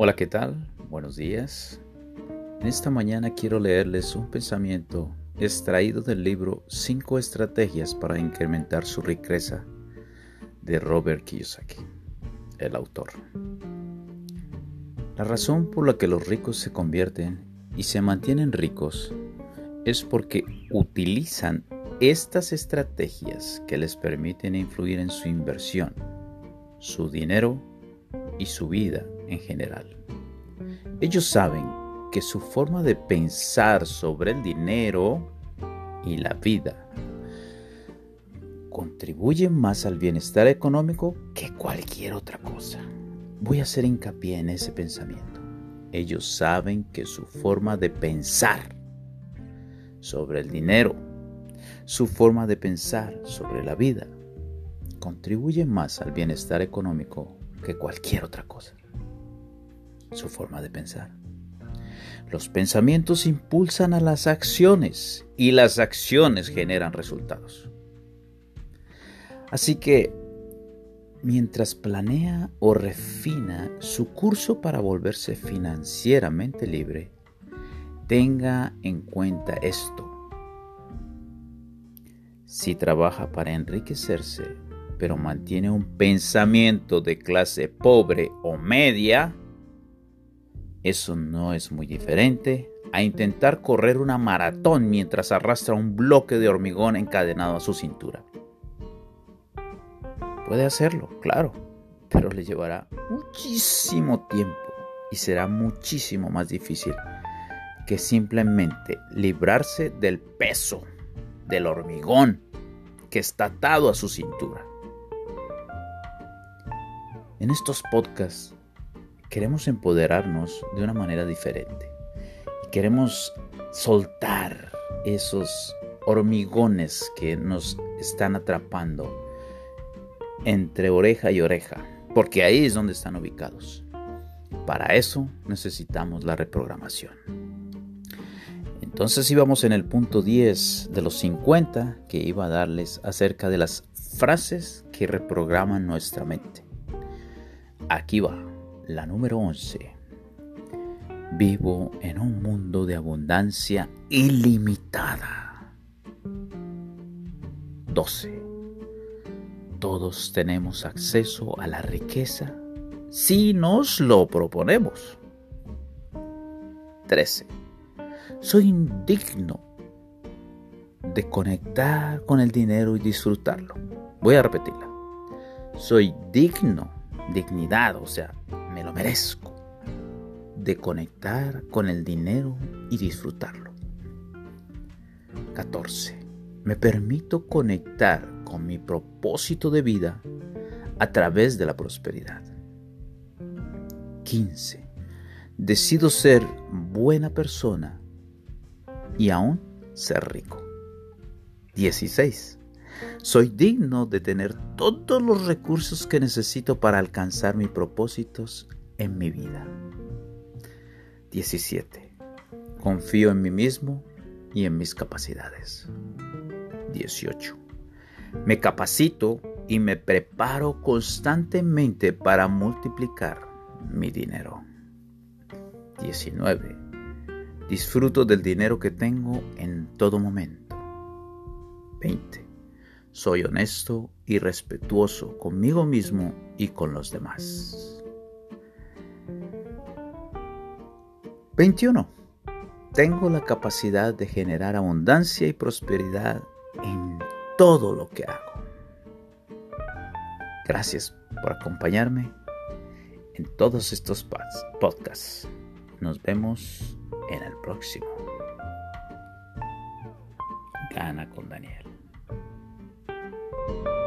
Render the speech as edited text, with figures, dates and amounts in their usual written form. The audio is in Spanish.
Hola, ¿qué tal? Buenos días. En esta mañana quiero leerles un pensamiento extraído del libro 5 estrategias para incrementar su riqueza de Robert Kiyosaki, el autor. La razón por la que los ricos se convierten y se mantienen ricos es porque utilizan estas estrategias que les permiten influir en su inversión, su dinero y su vida en general. Ellos saben que su forma de pensar sobre el dinero y la vida contribuye más al bienestar económico que cualquier otra cosa. Voy a hacer hincapié en ese pensamiento. Ellos saben que su forma de pensar sobre el dinero, su forma de pensar sobre la vida, contribuye más al bienestar económico que cualquier otra cosa. Su forma de pensar. Los pensamientos impulsan a las acciones y las acciones generan resultados. Así que, mientras planea o refina su curso para volverse financieramente libre, tenga en cuenta esto. Si trabaja para enriquecerse, pero mantiene un pensamiento de clase pobre o media, eso no es muy diferente a intentar correr una maratón mientras arrastra un bloque de hormigón encadenado a su cintura. Puede hacerlo, claro, pero le llevará muchísimo tiempo y será muchísimo más difícil que simplemente librarse del peso del hormigón que está atado a su cintura. En estos podcasts queremos empoderarnos de una manera diferente. Queremos soltar esos hormigones que nos están atrapando entre oreja y oreja, porque ahí es donde están ubicados. Para eso necesitamos la reprogramación. Entonces íbamos en el punto 10 de los 50 que iba a darles acerca de las frases que reprograman nuestra mente. Aquí va, la número 11. Vivo en un mundo de abundancia ilimitada. 12. Todos tenemos acceso a la riqueza si nos lo proponemos. 13. Soy indigno de conectar con el dinero y disfrutarlo. Voy a repetirla. Soy dignidad, o sea, me lo merezco, de conectar con el dinero y disfrutarlo. 14. Me permito conectar con mi propósito de vida a través de la prosperidad. 15. Decido ser buena persona y aún ser rico. 16. Soy digno de tener todos los recursos que necesito para alcanzar mis propósitos en mi vida. 17. Confío en mí mismo y en mis capacidades. 18. Me capacito y me preparo constantemente para multiplicar mi dinero. 19. Disfruto del dinero que tengo en todo momento. 20. Soy honesto y respetuoso conmigo mismo y con los demás. 21. Tengo la capacidad de generar abundancia y prosperidad en todo lo que hago. Gracias por acompañarme en todos estos podcasts. Nos vemos en el próximo. Gana con Daniel.